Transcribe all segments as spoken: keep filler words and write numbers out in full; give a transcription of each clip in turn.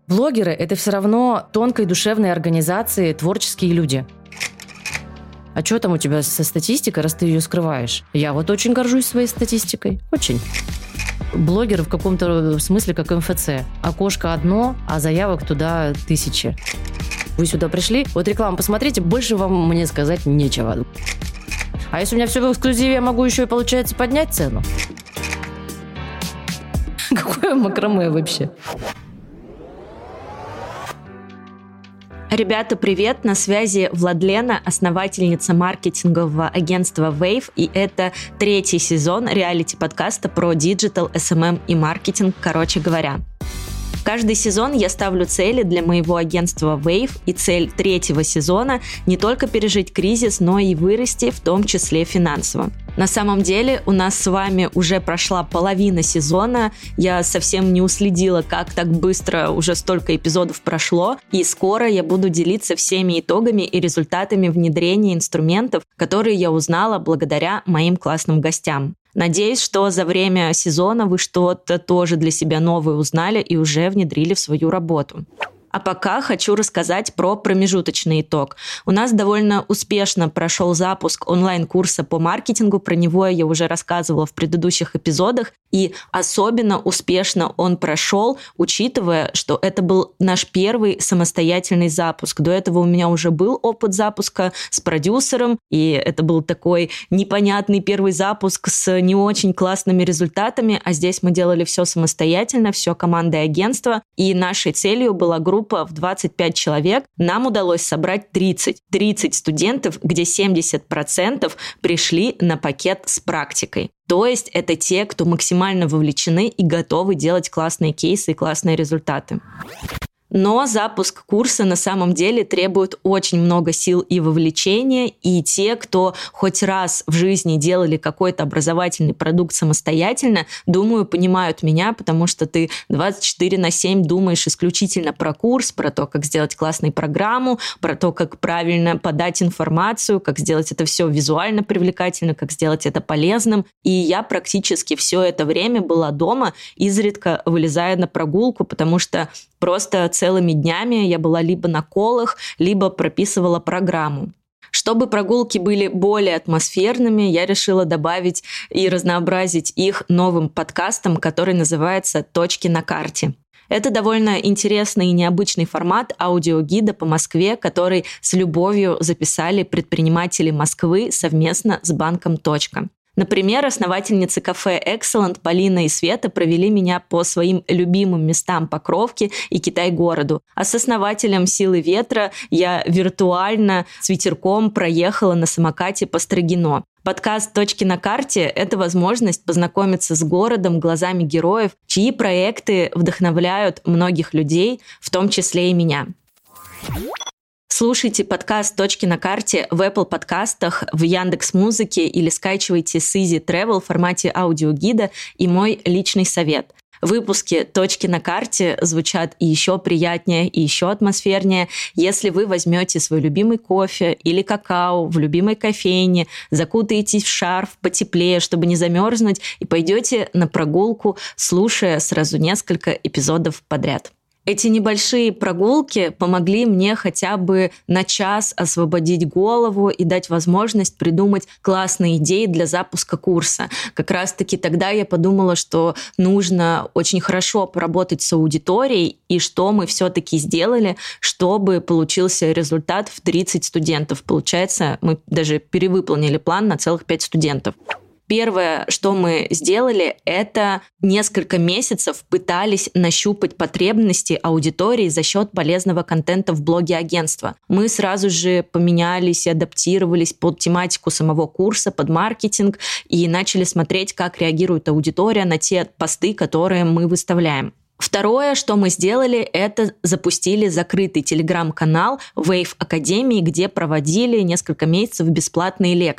Блогеры – это все равно тонкой душевной организации творческие люди. А что там у тебя со статистикой, раз ты ее скрываешь? Я вот очень горжусь своей статистикой. Очень. Блогеры в каком-то смысле как эм эф цэ. Окошко одно, а заявок туда тысячи. Вы сюда пришли, вот рекламу посмотрите, больше вам мне сказать нечего. А если у меня все в эксклюзиве, я могу еще и, получается, поднять цену? Какое макраме вообще? Ребята, привет! На связи Владлена, основательница маркетингового агентства Wave, и это третий сезон реалити-подкаста про диджитал, эс эм эм и маркетинг, короче говоря. Каждый сезон я ставлю цели для моего агентства Wave, и цель третьего сезона не только пережить кризис, но и вырасти, в том числе финансово. На самом деле у нас с вами уже прошла половина сезона, я совсем не уследила, как так быстро уже столько эпизодов прошло, и скоро я буду делиться всеми итогами и результатами внедрения инструментов, которые я узнала благодаря моим классным гостям. Надеюсь, что за время сезона вы что-то тоже для себя новое узнали и уже внедрили в свою работу. А пока хочу рассказать про промежуточный итог. У нас довольно успешно прошел запуск онлайн-курса по маркетингу, про него я уже рассказывала в предыдущих эпизодах, и особенно успешно он прошел, учитывая, что это был наш первый самостоятельный запуск. До этого у меня уже был опыт запуска с продюсером, и это был такой непонятный первый запуск с не очень классными результатами, а здесь мы делали все самостоятельно, все командой агентства, и нашей целью была группа Группа в двадцать пять человек, нам удалось собрать тридцать. тридцать студентов, где семьдесят процентов пришли на пакет с практикой. То есть это те, кто максимально вовлечены и готовы делать классные кейсы и классные результаты. Но запуск курса на самом деле требует очень много сил и вовлечения, и те, кто хоть раз в жизни делали какой-то образовательный продукт самостоятельно, думаю, понимают меня, потому что ты двадцать четыре на семь думаешь исключительно про курс, про то, как сделать классную программу, про то, как правильно подать информацию, как сделать это все визуально привлекательно, как сделать это полезным. И я практически все это время была дома, изредка вылезая на прогулку, потому что просто целыми днями я была либо на колах, либо прописывала программу. Чтобы прогулки были более атмосферными, я решила добавить и разнообразить их новым подкастом, который называется «Точки на карте». Это довольно интересный и необычный формат аудиогида по Москве, который с любовью записали предприниматели Москвы совместно с банком «Точка». Например, основательницы кафе Excellent Полина и Света провели меня по своим любимым местам Покровки и Китай-городу. А с основателем «Силы ветра» я виртуально с ветерком проехала на самокате по Строгино. Подкаст «Точки на карте» — это возможность познакомиться с городом глазами героев, чьи проекты вдохновляют многих людей, в том числе и меня. Слушайте подкаст «Точки на карте» в Apple подкастах, в Яндекс.Музыке или скачивайте с Easy Travel в формате аудиогида. И мой личный совет. Выпуски «Точки на карте» звучат и еще приятнее, и еще атмосфернее, если вы возьмете свой любимый кофе или какао в любимой кофейне, закутаетесь в шарф потеплее, чтобы не замерзнуть, и пойдете на прогулку, слушая сразу несколько эпизодов подряд. Эти небольшие прогулки помогли мне хотя бы на час освободить голову и дать возможность придумать классные идеи для запуска курса. Как раз-таки тогда я подумала, что нужно очень хорошо поработать с аудиторией, и что мы все-таки сделали, чтобы получился результат в тридцать студентов. Получается, мы даже перевыполнили план на целых пять студентов. Первое, что мы сделали, это несколько месяцев пытались нащупать потребности аудитории за счет полезного контента в блоге агентства. Мы сразу же поменялись и адаптировались под тематику самого курса, под маркетинг, и начали смотреть, как реагирует аудитория на те посты, которые мы выставляем. Второе, что мы сделали, это запустили закрытый телеграм-канал Wave Академии, где проводили несколько месяцев бесплатные лекции.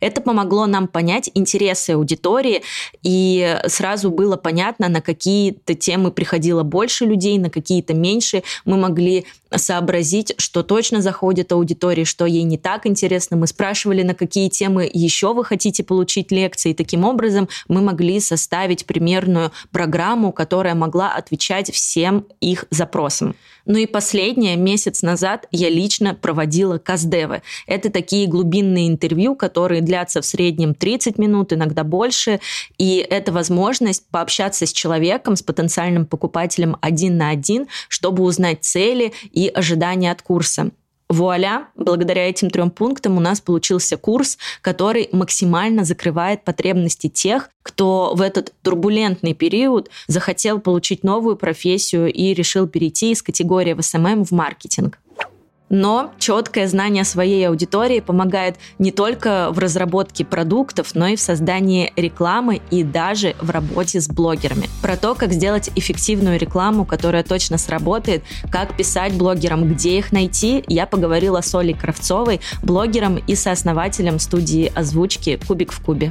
Это помогло нам понять интересы аудитории, и сразу было понятно, на какие-то темы приходило больше людей, на какие-то меньше. Мы могли сообразить, что точно заходит аудитории, что ей не так интересно. Мы спрашивали, на какие темы еще вы хотите получить лекции. И таким образом мы могли составить примерную программу, которая могла отвечать всем их запросам. Ну и последнее, месяц назад я лично проводила каздевы. Это такие глубинные интервью, которые длятся в среднем тридцать минут, иногда больше. И это возможность пообщаться с человеком, с потенциальным покупателем один на один, чтобы узнать цели и ожидания от курса. Вуаля! Благодаря этим трем пунктам у нас получился курс, который максимально закрывает потребности тех, кто в этот турбулентный период захотел получить новую профессию и решил перейти из категории в эс эм эм в маркетинг. Но четкое знание своей аудитории помогает не только в разработке продуктов, но и в создании рекламы и даже в работе с блогерами. Про то, как сделать эффективную рекламу, которая точно сработает, как писать блогерам, где их найти, я поговорила с Олей Кравцовой, блогером и сооснователем студии озвучки «Кубик в кубе».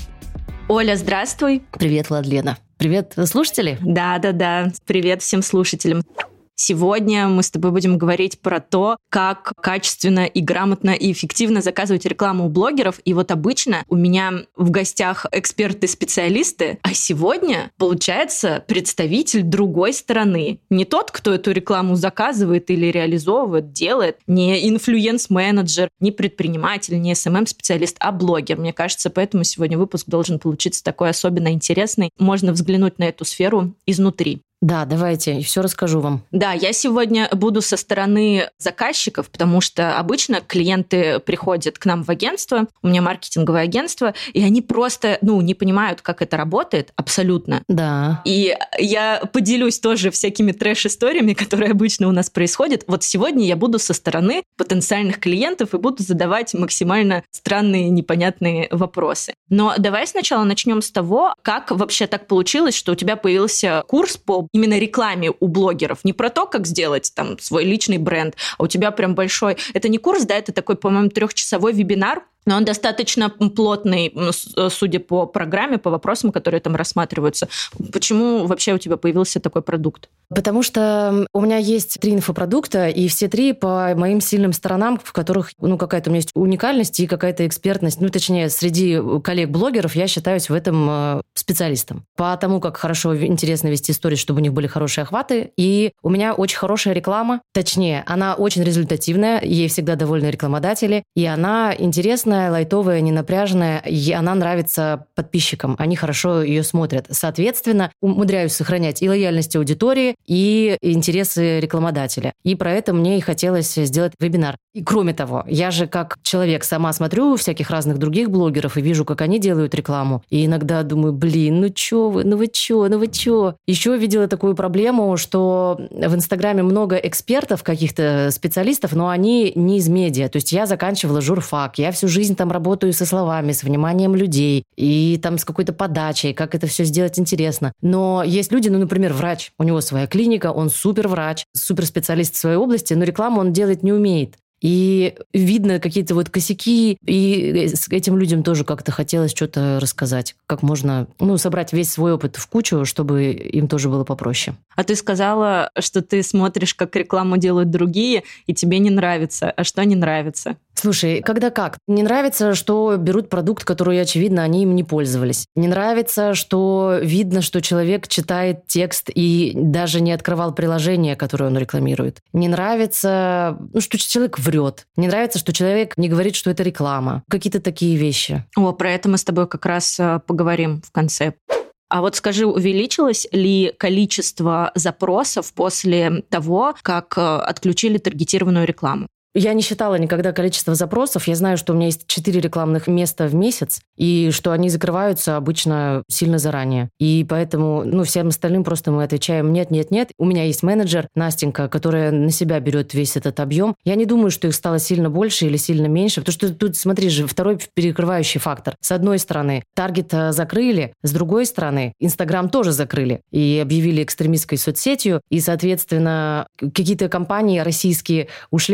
Оля, здравствуй. Привет, Владлена. Привет, слушатели. Да-да-да, привет всем слушателям. Сегодня мы с тобой будем говорить про то, как качественно и грамотно и эффективно заказывать рекламу у блогеров. И вот обычно у меня в гостях эксперты-специалисты, а сегодня, получается, представитель другой стороны. Не тот, кто эту рекламу заказывает или реализовывает, делает, не инфлюенс-менеджер, не предприниматель, не эс эм эм-специалист, а блогер. Мне кажется, поэтому сегодня выпуск должен получиться такой особенно интересный. Можно взглянуть на эту сферу изнутри. Да, давайте, все расскажу вам. Да, я сегодня буду со стороны заказчиков, потому что обычно клиенты приходят к нам в агентство, у меня маркетинговое агентство, и они просто, ну, не понимают, как это работает абсолютно. Да. И я поделюсь тоже всякими трэш-историями, которые обычно у нас происходят. Вот сегодня я буду со стороны потенциальных клиентов и буду задавать максимально странные, непонятные вопросы. Но давай сначала начнем с того, как вообще так получилось, что у тебя появился курс по именно рекламе у блогеров. Не про то, как сделать там свой личный бренд, а у тебя прям большой... Это не курс, да, это такой, по-моему, трехчасовой вебинар, но он достаточно плотный, судя по программе, по вопросам, которые там рассматриваются. Почему вообще у тебя появился такой продукт? Потому что у меня есть три инфопродукта, и все три по моим сильным сторонам, в которых, ну, какая-то у меня есть уникальность и какая-то экспертность. Ну, точнее, среди коллег-блогеров я считаюсь в этом специалистом. По тому, как хорошо, интересно вести истории, чтобы у них были хорошие охваты. И у меня очень хорошая реклама. Точнее, она очень результативная, ей всегда довольны рекламодатели, и она интересная, лайтовая, ненапряженная, и она нравится подписчикам, они хорошо ее смотрят. Соответственно, умудряюсь сохранять и лояльность аудитории, и интересы рекламодателя. И про это мне и хотелось сделать вебинар. И кроме того, я же как человек сама смотрю всяких разных других блогеров и вижу, как они делают рекламу. И иногда думаю, блин, ну чё вы, ну вы чё, ну вы чё? Еще видела такую проблему, что в Инстаграме много экспертов, каких-то специалистов, но они не из медиа. То есть я заканчивала журфак, я всю жизнь там работаю со словами, с вниманием людей и там с какой-то подачей, как это все сделать интересно. Но есть люди, ну, например, врач, у него своя клиника, он суперврач, суперспециалист в своей области, но рекламу он делать не умеет. И видно какие-то вот косяки, и с этим людям тоже как-то хотелось что-то рассказать, как можно, ну, собрать весь свой опыт в кучу, чтобы им тоже было попроще. А ты сказала, что ты смотришь, как рекламу делают другие, и тебе не нравится. А что не нравится? Слушай, когда как? Не нравится, что берут продукт, который, очевидно, они им не пользовались. Не нравится, что видно, что человек читает текст и даже не открывал приложение, которое он рекламирует. Не нравится, ну, что человек врет. Не нравится, что человек не говорит, что это реклама. Какие-то такие вещи. О, про это мы с тобой как раз поговорим в конце. А вот скажи, увеличилось ли количество запросов после того, как отключили таргетированную рекламу? Я не считала никогда количество запросов. Я знаю, что у меня есть четыре рекламных места в месяц, и что они закрываются обычно сильно заранее. И поэтому, ну, всем остальным просто мы отвечаем нет, нет, нет. У меня есть менеджер Настенька, которая на себя берет весь этот объем. Я не думаю, что их стало сильно больше или сильно меньше, потому что тут, смотри же, второй перекрывающий фактор. С одной стороны, таргет закрыли, с другой стороны, Инстаграм тоже закрыли и объявили экстремистской соцсетью, и, соответственно, какие-то компании российские ушли оттуда,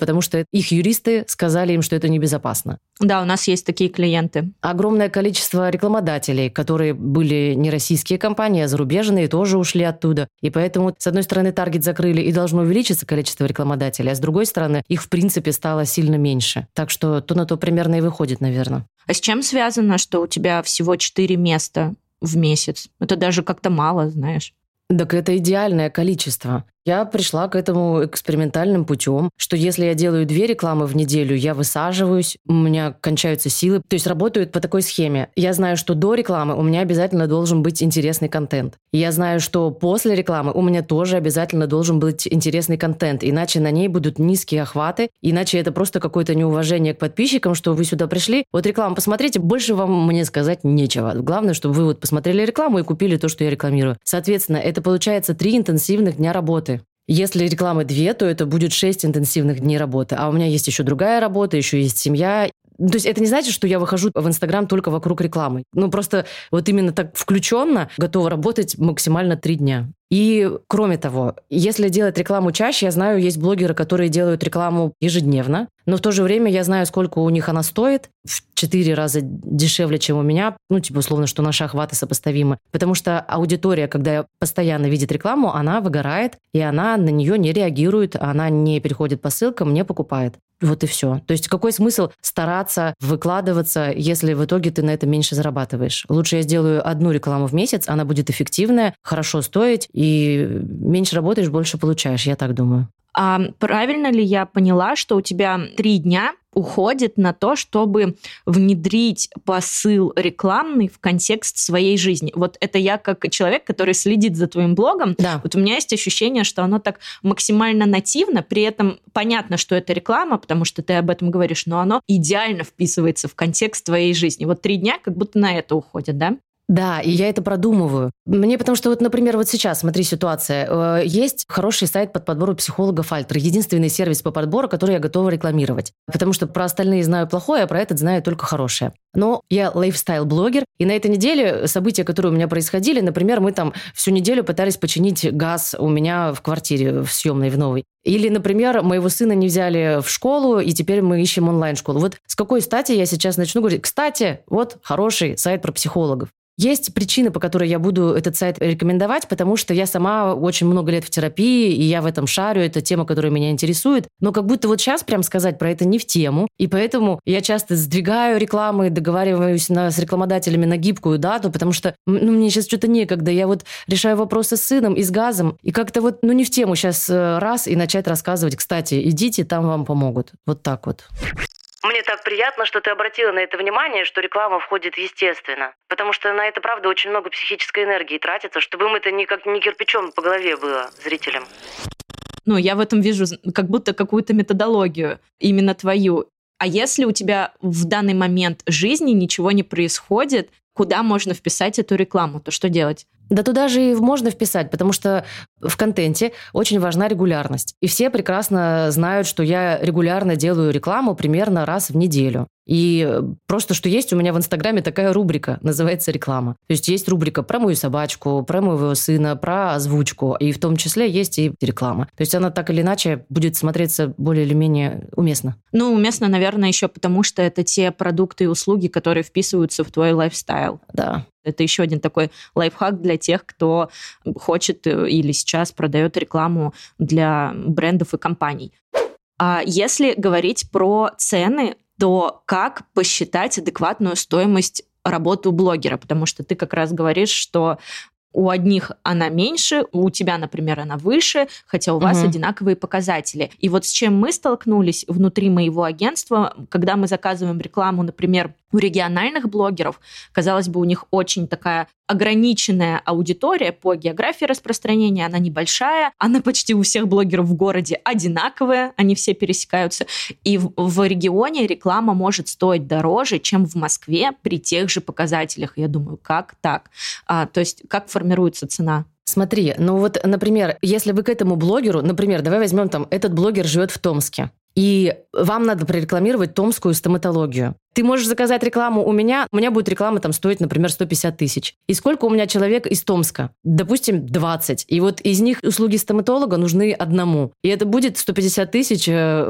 потому что их юристы сказали им, что это небезопасно. Да, у нас есть такие клиенты. Огромное количество рекламодателей, которые были не российские компании, а зарубежные, тоже ушли оттуда. И поэтому, с одной стороны, таргет закрыли, и должно увеличиться количество рекламодателей, а с другой стороны, их, в принципе, стало сильно меньше. Так что то на то примерно и выходит, наверное. А с чем связано, что у тебя всего четыре места в месяц? Это даже как-то мало, знаешь. Так это идеальное количество. Я пришла к этому экспериментальным путем, что если я делаю две рекламы в неделю, я высаживаюсь, у меня кончаются силы. То есть работают по такой схеме. Я знаю, что до рекламы у меня обязательно должен быть интересный контент. И я знаю, что после рекламы у меня тоже обязательно должен быть интересный контент. Иначе на ней будут низкие охваты. Иначе это просто какое-то неуважение к подписчикам, что вы сюда пришли. Вот рекламу посмотрите, больше вам мне сказать нечего. Главное, чтобы вы вот посмотрели рекламу и купили то, что я рекламирую. Соответственно, это получается три интенсивных дня работы. Если рекламы две, то это будет шесть интенсивных дней работы. А у меня есть еще другая работа, еще есть семья. То есть это не значит, что я выхожу в Инстаграм только вокруг рекламы. Ну, просто вот именно так включенно готова работать максимально три дня. И кроме того, если делать рекламу чаще, я знаю, есть блогеры, которые делают рекламу ежедневно, но в то же время я знаю, сколько у них она стоит, в четыре раза дешевле, чем у меня, ну, типа, условно, что наши охваты сопоставимы. Потому что аудитория, когда постоянно видит рекламу, она выгорает, и она на нее не реагирует, она не переходит по ссылкам, не покупает. Вот и все. То есть какой смысл стараться выкладываться, если в итоге ты на это меньше зарабатываешь? Лучше я сделаю одну рекламу в месяц, она будет эффективная, хорошо стоить, и меньше работаешь, больше получаешь, я так думаю. А правильно ли я поняла, что у тебя три дня уходит на то, чтобы внедрить посыл рекламный в контекст своей жизни? Вот это я как человек, который следит за твоим блогом, да. Вот у меня есть ощущение, что оно так максимально нативно, при этом понятно, что это реклама, потому что ты об этом говоришь, но оно идеально вписывается в контекст твоей жизни. Вот три дня как будто на это уходит, да? Да, и я это продумываю. Мне потому что, вот, например, вот сейчас, смотри, ситуация. Есть хороший сайт под подбору психологов «Альтер», единственный сервис по подбору, который я готова рекламировать. Потому что про остальные знаю плохое, а про этот знаю только хорошее. Но я лайфстайл-блогер, и на этой неделе события, которые у меня происходили, например, мы там всю неделю пытались починить газ у меня в квартире, в съемной, в новой. Или, например, моего сына не взяли в школу, и теперь мы ищем онлайн-школу. Вот с какой стати я сейчас начну говорить, кстати, вот хороший сайт про психологов. Есть причины, по которой я буду этот сайт рекомендовать, потому что я сама очень много лет в терапии, и я в этом шарю, это тема, которая меня интересует. Но как будто вот сейчас прям сказать про это не в тему, и поэтому я часто сдвигаю рекламы, договариваюсь на, с рекламодателями на гибкую дату, потому что ну, мне сейчас что-то некогда. Я вот решаю вопросы с сыном и с газом, и как-то вот ну не в тему сейчас раз и начать рассказывать, кстати, идите, там вам помогут. Вот так вот. Мне так приятно, что ты обратила на это внимание, что реклама входит естественно. Потому что на это, правда, очень много психической энергии тратится, чтобы им это не как не кирпичом по голове было зрителям. Ну, я в этом вижу как будто какую-то методологию, именно твою. А если у тебя в данный момент жизни ничего не происходит, куда можно вписать эту рекламу, то что делать? Да туда же и можно вписать, потому что в контенте очень важна регулярность. И все прекрасно знают, что я регулярно делаю рекламу примерно раз в неделю. И просто что есть у меня в Инстаграме такая рубрика, называется «Реклама». То есть есть рубрика про мою собачку, про моего сына, про озвучку, и в том числе есть и реклама. То есть она так или иначе будет смотреться более или менее уместно. Ну, уместно, наверное, еще потому, что это те продукты и услуги, которые вписываются в твой лайфстайл. Да. Это еще один такой лайфхак для тех, кто хочет или сейчас продает рекламу для брендов и компаний. А если говорить про цены, то как посчитать адекватную стоимость работы у блогера? Потому что ты как раз говоришь, что у одних она меньше, у тебя, например, она выше, хотя у вас угу. одинаковые показатели. И вот с чем мы столкнулись внутри моего агентства, когда мы заказываем рекламу, например, у региональных блогеров, казалось бы, у них очень такая ограниченная аудитория по географии распространения, она небольшая, она почти у всех блогеров в городе одинаковая, они все пересекаются. И в, в регионе реклама может стоить дороже, чем в Москве при тех же показателях. Я думаю, как так? А, то есть как формируется цена? Смотри, ну вот, например, если вы к этому блогеру, например, давай возьмем там, этот блогер живет в Томске, и вам надо прорекламировать томскую стоматологию. Ты можешь заказать рекламу у меня, у меня будет реклама там стоить, например, сто пятьдесят тысяч. И сколько у меня человек из Томска? Допустим, двадцать. И вот из них услуги стоматолога нужны одному. И это будет сто пятьдесят тысяч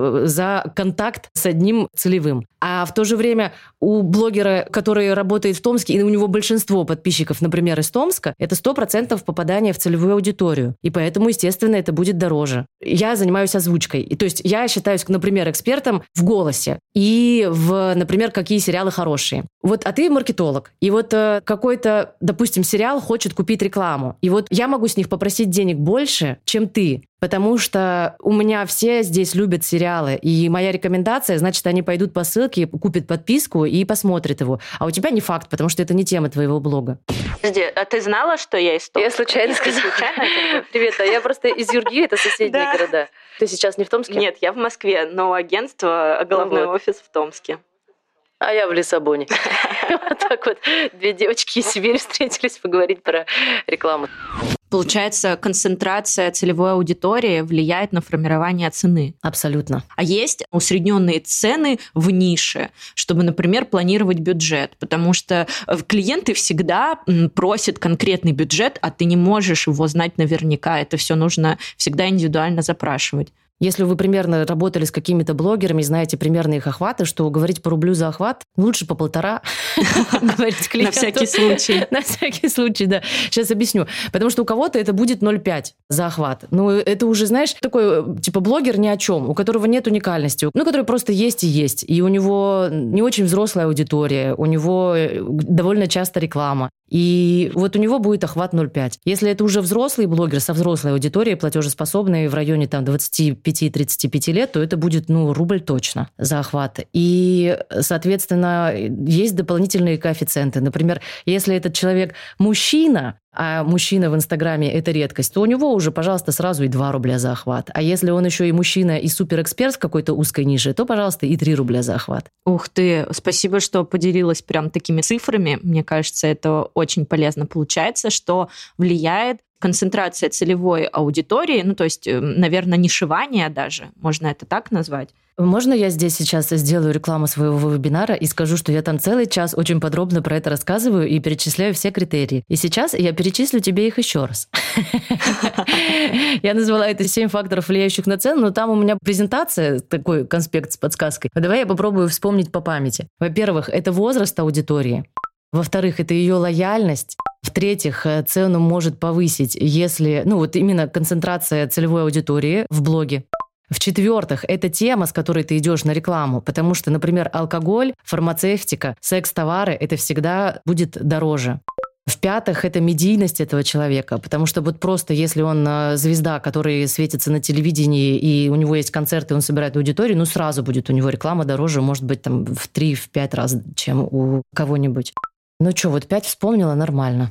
за контакт с одним целевым. А в то же время у блогера, который работает в Томске, и у него большинство подписчиков, например, из Томска, это сто процентов попадание в целевую аудиторию. И поэтому, естественно, это будет дороже. Я занимаюсь озвучкой. И, то есть я считаюсь, например, экспертом в голосе и в, например, какие сериалы хорошие. Вот, а ты маркетолог. И вот э, какой-то, допустим, сериал хочет купить рекламу. И вот я могу с них попросить денег больше, чем ты. Потому что у меня все здесь любят сериалы. И моя рекомендация, значит, они пойдут по ссылке, купят подписку и посмотрят его. А у тебя не факт, потому что это не тема твоего блога. Подожди, а ты знала, что я из Томска? Я случайно сказала. Случайно? Привет, а я просто из Юрги, это соседние города. Ты сейчас не в Томске? Нет, я в Москве, но агентство, головной офис в Томске. А я в Лиссабоне. Вот так вот две девочки из Сибири встретились поговорить про рекламу. Получается, концентрация целевой аудитории влияет на формирование цены. Абсолютно. А есть усредненные цены в нише, чтобы, например, планировать бюджет, потому что клиенты всегда просят конкретный бюджет, а ты не можешь его знать наверняка. Это все нужно всегда индивидуально запрашивать. Если вы примерно работали с какими-то блогерами, знаете примерно их охваты, что говорить по рублю за охват, лучше по полтора говорить клиенту. На всякий случай. На всякий случай, да. Сейчас объясню. Потому что у кого-то это будет ноль целых пять десятых за охват. Ну, это уже, знаешь, такой, типа, блогер ни о чем, у которого нет уникальности, ну, который просто есть и есть. И у него не очень взрослая аудитория, у него довольно часто реклама. И вот у него будет охват ноль целых пять десятых. Если это уже взрослый блогер со взрослой аудиторией, платежеспособный в районе там двадцать пять - тридцать пять лет, то это будет, ну, рубль точно за охват. И, соответственно, есть дополнительные коэффициенты. Например, если этот человек мужчина, а мужчина в Инстаграме – это редкость, то у него уже, пожалуйста, сразу и два рубля за охват. А если он еще и мужчина, и суперэксперт в какой-то узкой нише, то, пожалуйста, и три рубля за охват. Ух ты, спасибо, что поделилась прям такими цифрами. Мне кажется, это очень полезно. Получается, что влияет концентрация целевой аудитории, ну, то есть, наверное, нишевание даже, можно это так назвать. Можно я здесь сейчас сделаю рекламу своего вебинара и скажу, что я там целый час очень подробно про это рассказываю и перечисляю все критерии. И сейчас я перечислю тебе их еще раз. Я назвала это семь факторов, влияющих на цену, но там у меня презентация, такой конспект с подсказкой. Давай я попробую вспомнить по памяти. Во-первых, это возраст аудитории. Во-вторых, это ее лояльность. В-третьих, цену может повысить, если, ну вот именно концентрация целевой аудитории в блоге. В-четвертых, это тема, с которой ты идешь на рекламу, потому что, например, алкоголь, фармацевтика, секс-товары – это всегда будет дороже. В-пятых, это медийность этого человека, потому что вот просто если он звезда, который светится на телевидении, и у него есть концерты, он собирает аудиторию, ну сразу будет у него реклама дороже, может быть, там в три-пять раз, чем у кого-нибудь. Ну что, вот пять вспомнила, нормально.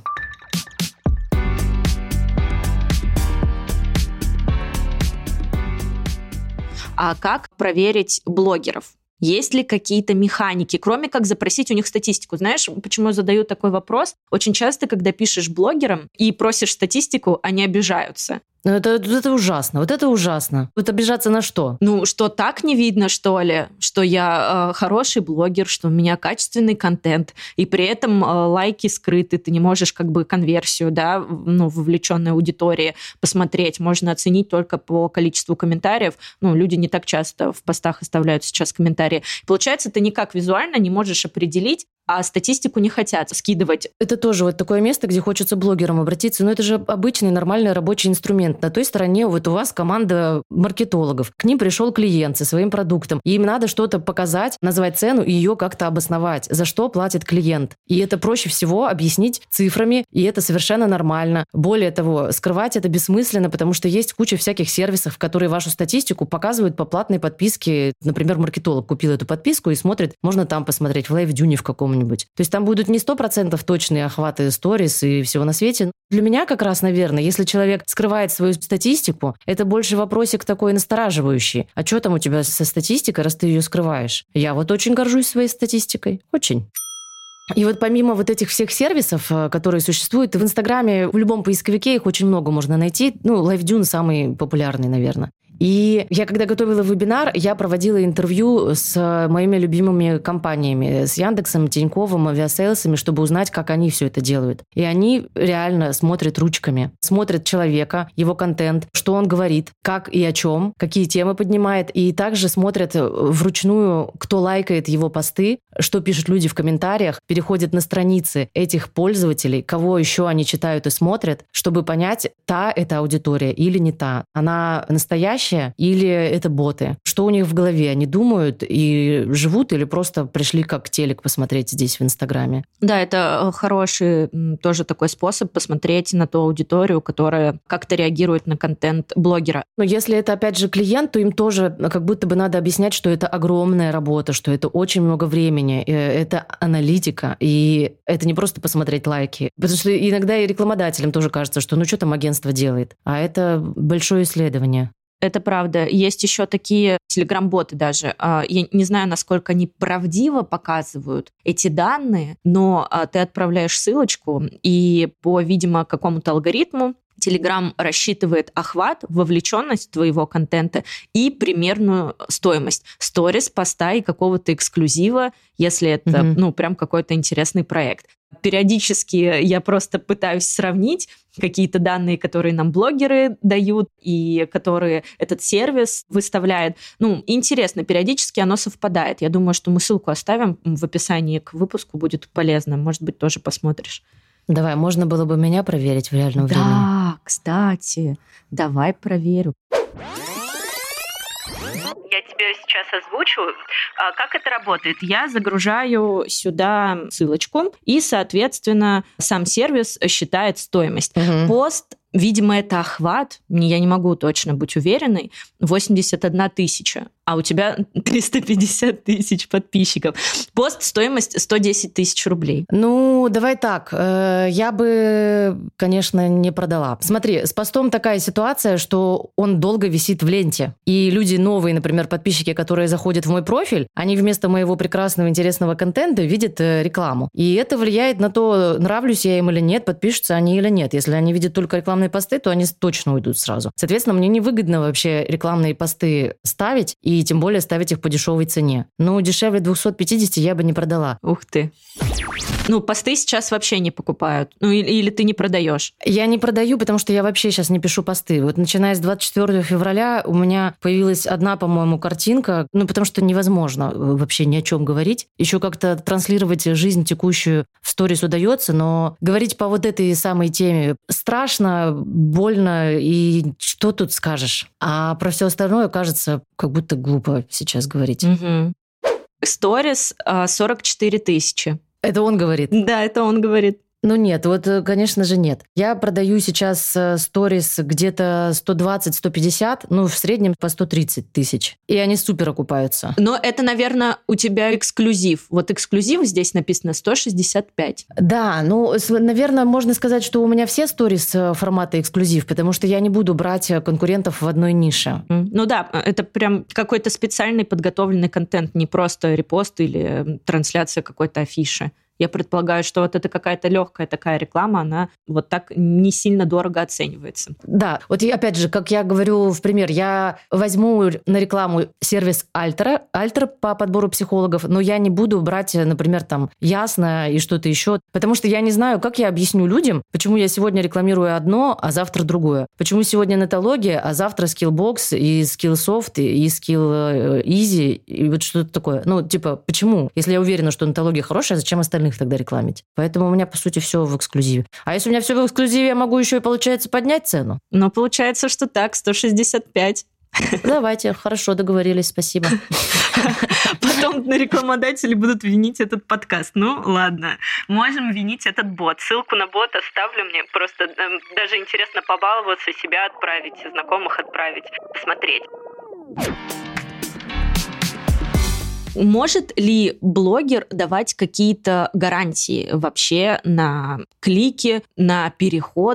А как проверить блогеров? Есть ли какие-то механики, кроме как запросить у них статистику? Знаешь, почему я задаю такой вопрос? Очень часто, когда пишешь блогерам и просишь статистику, они обижаются. Ну, это, это ужасно, вот это ужасно. Вот обижаться на что? Ну, что так не видно, что ли? Что я э, хороший блогер, что у меня качественный контент, и при этом э, лайки скрыты, ты не можешь как бы конверсию, да, ну, вовлеченной аудитории посмотреть. Можно оценить только по количеству комментариев. Ну, люди не так часто в постах оставляют сейчас комментарии. Получается, ты никак визуально не можешь определить, а статистику не хотят скидывать. Это тоже вот такое место, где хочется блогерам обратиться. Но это же обычный нормальный рабочий инструмент. На той стороне вот у вас команда маркетологов. К ним пришел клиент со своим продуктом. И им надо что-то показать, назвать цену и ее как-то обосновать. За что платит клиент. И это проще всего объяснить цифрами, и это совершенно нормально. Более того, скрывать это бессмысленно, потому что есть куча всяких сервисов, которые вашу статистику показывают по платной подписке. Например, маркетолог купил эту подписку и смотрит, можно там посмотреть, в LiveDune в каком нибудь. То есть там будут не сто процентов точные охваты сторис и всего на свете. Для меня как раз, наверное, если человек скрывает свою статистику, это больше вопросик такой настораживающий. А что там у тебя со статистикой, раз ты ее скрываешь? Я вот очень горжусь своей статистикой. Очень. И вот помимо вот этих всех сервисов, которые существуют, в Инстаграме, в любом поисковике их очень много можно найти. Ну, LiveDune самый популярный, наверное. И я, когда готовила вебинар, я проводила интервью с моими любимыми компаниями, с Яндексом, Тиньковым, авиасейлсами, чтобы узнать, как они все это делают. И они реально смотрят ручками, смотрят человека, его контент, что он говорит, как и о чем, какие темы поднимает, и также смотрят вручную, кто лайкает его посты, что пишут люди в комментариях, переходят на страницы этих пользователей, кого еще они читают и смотрят, чтобы понять, та это аудитория или не та. Она настоящая или это боты? Что у них в голове? Они думают и живут или просто пришли как телек посмотреть здесь в Инстаграме? Да, это хороший тоже такой способ посмотреть на ту аудиторию, которая как-то реагирует на контент блогера. Но если это, опять же, клиент, то им тоже как будто бы надо объяснять, что это огромная работа, что это очень много времени, это аналитика, и это не просто посмотреть лайки. Потому что иногда и рекламодателям тоже кажется, что ну что там агентство делает, а это большое исследование. Это правда. Есть еще такие телеграм-боты даже. Я не знаю, насколько они правдиво показывают эти данные, но ты отправляешь ссылочку, и по, видимо, какому-то алгоритму Telegram рассчитывает охват, вовлеченность твоего контента и примерную стоимость сторис, поста и какого-то эксклюзива, если это, mm-hmm. ну, прям какой-то интересный проект. Периодически я просто пытаюсь сравнить какие-то данные, которые нам блогеры дают и которые этот сервис выставляет. Ну, интересно, периодически оно совпадает. Я думаю, что мы ссылку оставим в описании к выпуску, будет полезно. Может быть, тоже посмотришь. Давай, можно было бы меня проверить в реальном да, времени. Да, кстати, давай проверю. Я тебе сейчас озвучу, как это работает. Я загружаю сюда ссылочку, и, соответственно, сам сервис считает стоимость. Угу. Пост, видимо, это охват, я не могу точно быть уверенной, восемьдесят одна тысяча, а у тебя триста пятьдесят тысяч подписчиков. Пост, стоимость сто десять тысяч рублей. Ну, давай так, я бы, конечно, не продала. Смотри, с постом такая ситуация, что он долго висит в ленте, и люди новые, например, подписчики, которые заходят в мой профиль, они вместо моего прекрасного, интересного контента видят рекламу. И это влияет на то, нравлюсь я им или нет, подпишутся они или нет. Если они видят только рекламные посты, то они точно уйдут сразу. Соответственно, мне невыгодно вообще рекламные посты ставить, и тем более ставить их по дешевой цене. Ну, дешевле двести пятьдесят я бы не продала. Ух ты. Ну, посты сейчас вообще не покупают. Ну, или, или ты не продаешь? Я не продаю, потому что я вообще сейчас не пишу посты. Вот начиная с двадцать четвёртого февраля у меня появилась одна, по-моему, картинка, ну, потому что невозможно вообще ни о чем говорить. Еще как-то транслировать жизнь текущую в сторис удается, но говорить по вот этой самой теме страшно, больно, и что тут скажешь? А про все остальное кажется как будто глупо сейчас говорить. Сторис угу. сорок четыре тысячи. Это он говорит? Да, это он говорит. Ну нет, вот, конечно же, нет. Я продаю сейчас сторис где-то сто двадцать - сто пятьдесят, ну, в среднем по сто тридцать тысяч. И они супер окупаются. Но это, наверное, у тебя эксклюзив. Вот эксклюзив здесь написано сто шестьдесят пять. Да, ну, наверное, можно сказать, что у меня все сторис формата эксклюзив, потому что я не буду брать конкурентов в одной нише. Ну да, это прям какой-то специальный подготовленный контент, не просто репост или трансляция какой-то афиши. Я предполагаю, что вот это какая-то легкая такая реклама, она вот так не сильно дорого оценивается. Да, вот и опять же, как я говорю в пример, я возьму на рекламу сервис Альтера, Альтер по подбору психологов, но я не буду брать, например, там Ясно и что-то еще, потому что я не знаю, как я объясню людям, почему я сегодня рекламирую одно, а завтра другое. Почему сегодня Нетология, а завтра Skillbox и Skillsoft и Skill Easy и вот что-то такое. Ну, типа, почему? Если я уверена, что Нетология хорошая, зачем остальные их тогда рекламить? Поэтому у меня, по сути, все в эксклюзиве. А если у меня все в эксклюзиве, я могу еще и, получается, поднять цену? Ну, получается, что так, сто шестьдесят пять. Давайте, хорошо, договорились, спасибо. Потом рекламодатели будут винить этот подкаст. Ну, ладно, можем винить этот бот. Ссылку на бот оставлю мне. Просто даже интересно побаловаться, себя отправить, знакомых отправить, посмотреть. Может ли блогер давать какие-то гарантии вообще на клики, на переходы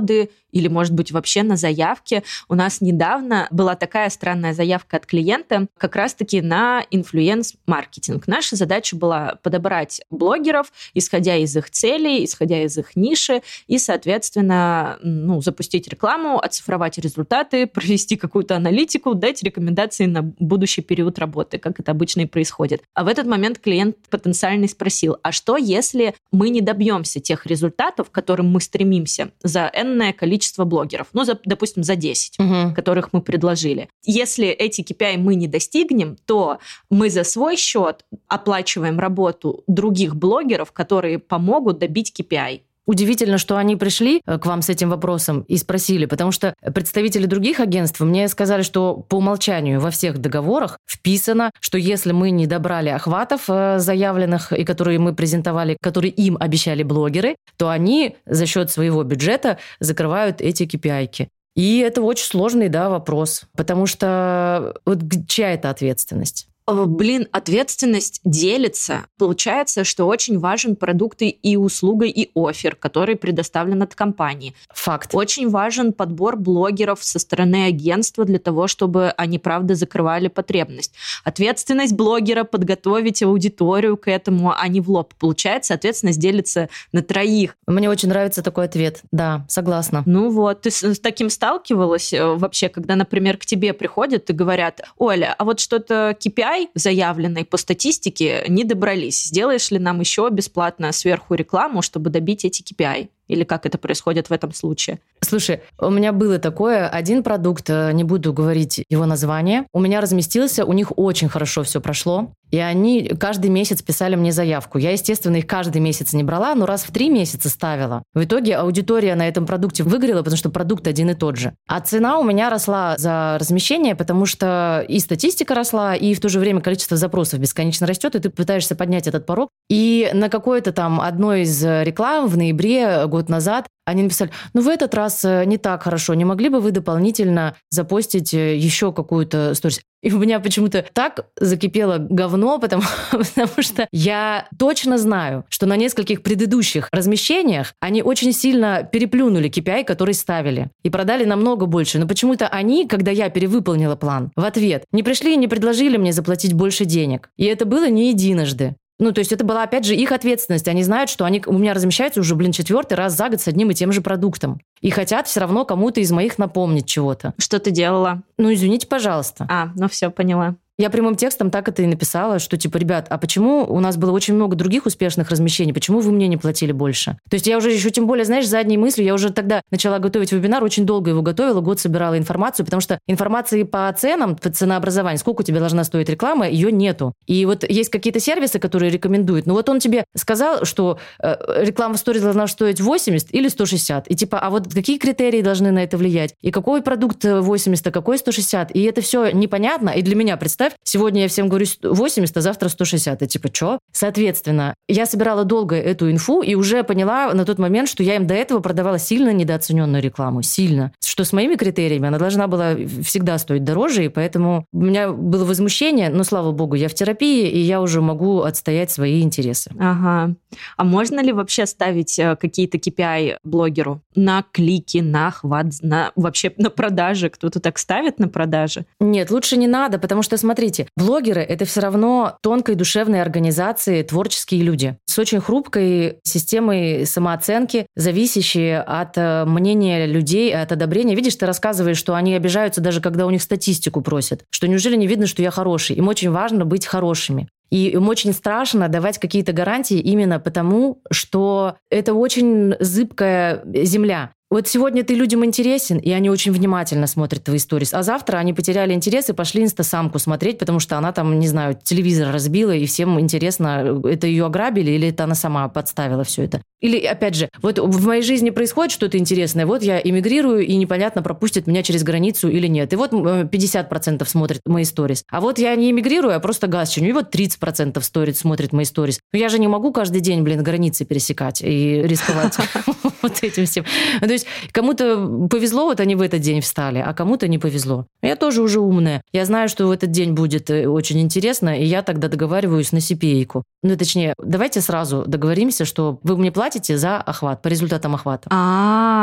или, может быть, вообще на заявке. У нас недавно была такая странная заявка от клиента как раз-таки на инфлюенс-маркетинг. Наша задача была подобрать блогеров, исходя из их целей, исходя из их ниши, и, соответственно, ну, запустить рекламу, оцифровать результаты, провести какую-то аналитику, дать рекомендации на будущий период работы, как это обычно и происходит. А в этот момент клиент потенциальный спросил, а что, если мы не добьемся тех результатов, к которым мы стремимся за энное количество блогеров? Ну, за, допустим, за десять, угу. которых мы предложили. Если эти кей пи ай мы не достигнем, то мы за свой счет оплачиваем работу других блогеров, которые помогут добить кей пи ай. Удивительно, что они пришли к вам с этим вопросом и спросили, потому что представители других агентств мне сказали, что по умолчанию во всех договорах вписано, что если мы не добрали охватов заявленных, и которые мы презентовали, которые им обещали блогеры, то они за счет своего бюджета закрывают эти кей пи ай-ки. И это очень сложный, да, вопрос, потому что вот чья это ответственность? Блин, ответственность делится. Получается, что очень важен продукт и услуга, и оффер, который предоставлен от компании. Факт. Очень важен подбор блогеров со стороны агентства для того, чтобы они, правда, закрывали потребность. Ответственность блогера подготовить аудиторию к этому, а не в лоб. Получается, ответственность делится на троих. Мне очень нравится такой ответ. Да, согласна. Ну вот, ты с таким сталкивалась вообще, когда, например, к тебе приходят и говорят: Оля, а вот что-то кей пи ай заявленной по статистике не добрались. Сделаешь ли нам еще бесплатно сверху рекламу, чтобы добить эти кей пи ай? Или как это происходит в этом случае? Слушай, у меня было такое, один продукт, не буду говорить его название, у меня разместился, у них очень хорошо все прошло, и они каждый месяц писали мне заявку. Я, естественно, их каждый месяц не брала, но раз в три месяца ставила. В итоге аудитория на этом продукте выгорела, потому что продукт один и тот же. А цена у меня росла за размещение, потому что и статистика росла, и в то же время количество запросов бесконечно растет, и ты пытаешься поднять этот порог. И на какой-то там одной из реклам в ноябре год назад они написали: ну, в этот раз не так хорошо, не могли бы вы дополнительно запостить еще какую-то сторис? И у меня почему-то так закипело говно, потому, потому что я точно знаю, что на нескольких предыдущих размещениях они очень сильно переплюнули кей пи ай, который ставили, и продали намного больше. Но почему-то они, когда я перевыполнила план, в ответ не пришли и не предложили мне заплатить больше денег. И это было не единожды. Ну, то есть это была, опять же, их ответственность. Они знают, что они у меня размещаются уже, блин, четвертый раз за год с одним и тем же продуктом. И хотят все равно кому-то из моих напомнить чего-то. Что ты делала? Ну, извините, пожалуйста. А, ну все, поняла. Я прямым текстом так это и написала, что типа, ребят, а почему у нас было очень много других успешных размещений, почему вы мне не платили больше? То есть я уже еще тем более, знаешь, задней мыслью, я уже тогда начала готовить вебинар, очень долго его готовила, год собирала информацию, потому что информации по ценам, по ценообразованию, сколько у тебя должна стоить реклама, ее нету. И вот есть какие-то сервисы, которые рекомендуют, но вот он тебе сказал, что э, реклама в сторис должна стоить восемьдесят или сто шестьдесят, и типа, а вот какие критерии должны на это влиять? И какой продукт восемьдесят, а какой сто шестьдесят? И это все непонятно, и для меня, представь, сегодня я всем говорю восемьдесят, а завтра сто шестьдесят. И типа, что? Соответственно, я собирала долго эту инфу и уже поняла на тот момент, что я им до этого продавала сильно недооцененную рекламу. Сильно. Что с моими критериями она должна была всегда стоить дороже, и поэтому у меня было возмущение, но, слава богу, я в терапии, и я уже могу отстоять свои интересы. Ага. А можно ли вообще ставить какие-то кей пи ай блогеру на клики, на охват, на, вообще на продажи? Кто-то так ставит на продажи? Нет, лучше не надо, потому что, смотрите, блогеры — это все равно тонкой душевной организации, творческие люди с очень хрупкой системой самооценки, зависящие от мнения людей, от одобрения. Видишь, ты рассказываешь, что они обижаются даже когда у них статистику просят, что неужели не видно, что я хороший? Им очень важно быть хорошими. И им очень страшно давать какие-то гарантии именно потому, что это очень зыбкая земля. Вот сегодня ты людям интересен, и они очень внимательно смотрят твои сторис, а завтра они потеряли интерес и пошли инстасамку смотреть, потому что она там, не знаю, телевизор разбила, и всем интересно, это ее ограбили или это она сама подставила все это. Или, опять же, вот в моей жизни происходит что-то интересное, вот я эмигрирую, и непонятно, пропустят меня через границу или нет. И вот пятьдесят процентов смотрят мои сторис. А вот я не эмигрирую, а просто газ чиню, и вот тридцать процентов сторис смотрят мои сторис. Но я же не могу каждый день, блин, границы пересекать и рисковать вот этим всем. То есть кому-то повезло, вот они в этот день встали, а кому-то не повезло. Я тоже уже умная. Я знаю, что в этот день будет очень интересно, и я тогда договариваюсь на си пи эй-ку. Ну, точнее, давайте сразу договоримся, что вы мне платите за охват, по результатам охвата. А,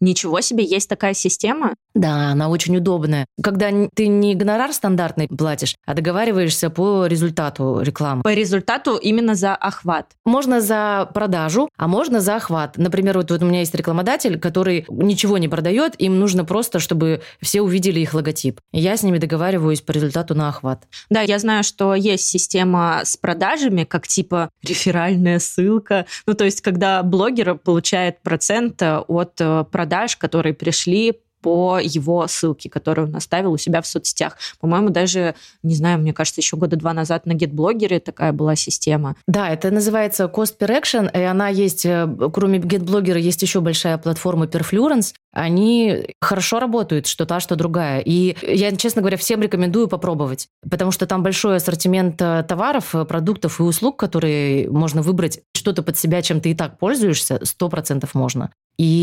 Ничего себе, есть такая система? Да, она очень удобная. Когда ты не гонорар стандартный платишь, а договариваешься по результату рекламы. По результату именно за охват. Можно за продажу, а можно за охват. Например, вот, вот у меня есть рекламодатель, который ничего не продает, им нужно просто, чтобы все увидели их логотип. И я с ними договариваюсь по результату на охват. Да, я знаю, что есть система с продажами, как типа реферальная ссылка. Ну, то есть, когда блогер получает процент от продаж, которые пришли по его ссылке, которую он оставил у себя в соцсетях. По-моему, даже, не знаю, мне кажется, еще года два назад на GetBlogger такая была система. Да, это называется Cost Per Action, и она есть, кроме GetBlogger, есть еще большая платформа Perfluence. Они хорошо работают, что та, что другая. И я, честно говоря, всем рекомендую попробовать, потому что там большой ассортимент товаров, продуктов и услуг, которые можно выбрать что-то под себя, чем ты и так пользуешься, сто процентов можно.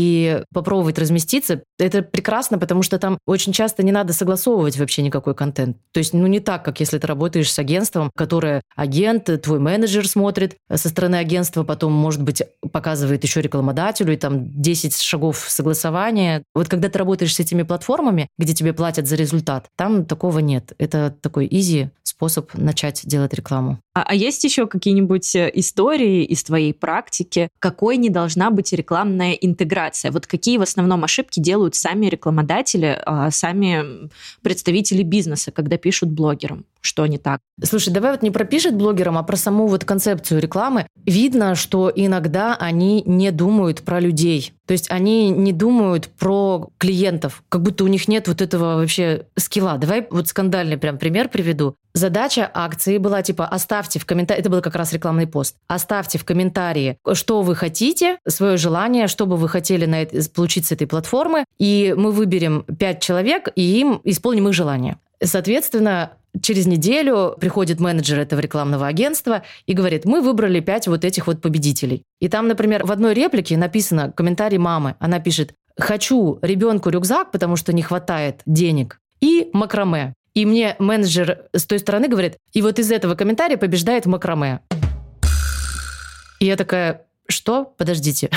И попробовать разместиться, это прекрасно, потому что там очень часто не надо согласовывать вообще никакой контент. То есть, ну, не так, как если ты работаешь с агентством, которое агент, твой менеджер смотрит со стороны агентства, потом, может быть, показывает еще рекламодателю, и там десять шагов согласования. Вот когда ты работаешь с этими платформами, где тебе платят за результат, там такого нет. Это такой изи способ начать делать рекламу. А, а есть еще какие-нибудь истории из твоей практики, какой не должна быть рекламная интеграция? Вот какие в основном ошибки делают сами рекламодатели, сами представители бизнеса, когда пишут блогерам? Что не так? Слушай, давай вот не про пишет блогерам, а про саму вот концепцию рекламы. Видно, что иногда они не думают про людей. То есть они не думают про клиентов, как будто у них нет вот этого вообще скилла. Давай вот скандальный прям пример приведу. Задача акции была типа оставьте в комментарии, это был как раз рекламный пост, оставьте в комментарии, что вы хотите, свое желание, что бы вы хотели на это, получить с этой платформы, и мы выберем пять человек и им исполним их желание. Соответственно, через неделю приходит менеджер этого рекламного агентства и говорит, мы выбрали пять вот этих вот победителей. И там, например, в одной реплике написано комментарий мамы. Она пишет, хочу ребенку рюкзак, потому что не хватает денег, и макраме. И мне менеджер с той стороны говорит, и вот из этого комментария побеждает макраме. И я такая... Что? Подождите.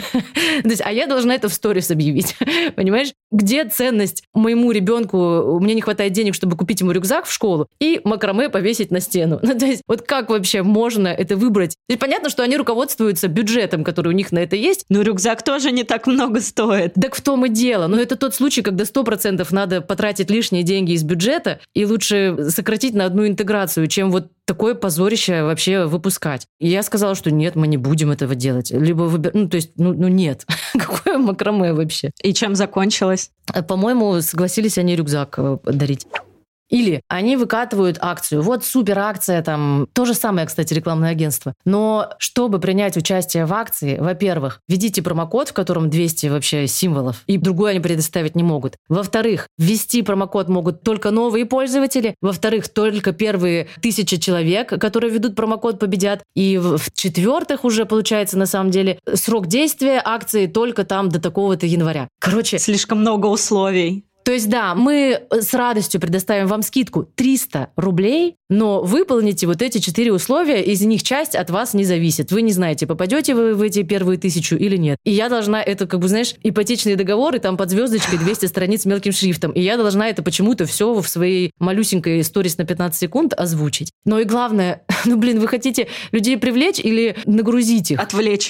То есть, а я должна это в сторис объявить. Понимаешь? Где ценность моему ребенку? Мне не хватает денег, чтобы купить ему рюкзак в школу и макраме повесить на стену. Ну, то есть, вот как вообще можно это выбрать? То есть, понятно, что они руководствуются бюджетом, который у них на это есть. Но рюкзак тоже не так много стоит. Так в том и дело. Но это тот случай, когда сто процентов надо потратить лишние деньги из бюджета и лучше сократить на одну интеграцию, чем вот такое позорище вообще выпускать. И я сказала, что нет, мы не будем этого делать. Либо выбер... Ну, то есть, ну, ну нет. Какое макраме вообще? И чем закончилось? По-моему, согласились они рюкзак дарить. Или они выкатывают акцию. Вот супер акция, там, то же самое, кстати, рекламное агентство. Но чтобы принять участие в акции, во-первых, введите промокод, в котором двести вообще символов, и другой они предоставить не могут. Во-вторых, ввести промокод могут только новые пользователи. Во-вторых, только первые тысячи человек, которые ведут промокод, победят. И в-четвертых, уже получается, на самом деле, срок действия акции только там до такого-то января. Короче... Слишком много условий. То есть, да, мы с радостью предоставим вам скидку триста рублей, но выполните вот эти четыре условия, из них часть от вас не зависит. Вы не знаете, попадете вы в эти первые тысячу или нет. И я должна это, как бы, знаешь, ипотечные договоры, там под звездочкой двести страниц мелким шрифтом. И я должна это почему-то все в своей малюсенькой сторис на пятнадцать секунд озвучить. Но и главное, ну, блин, вы хотите людей привлечь или нагрузить их? Отвлечь.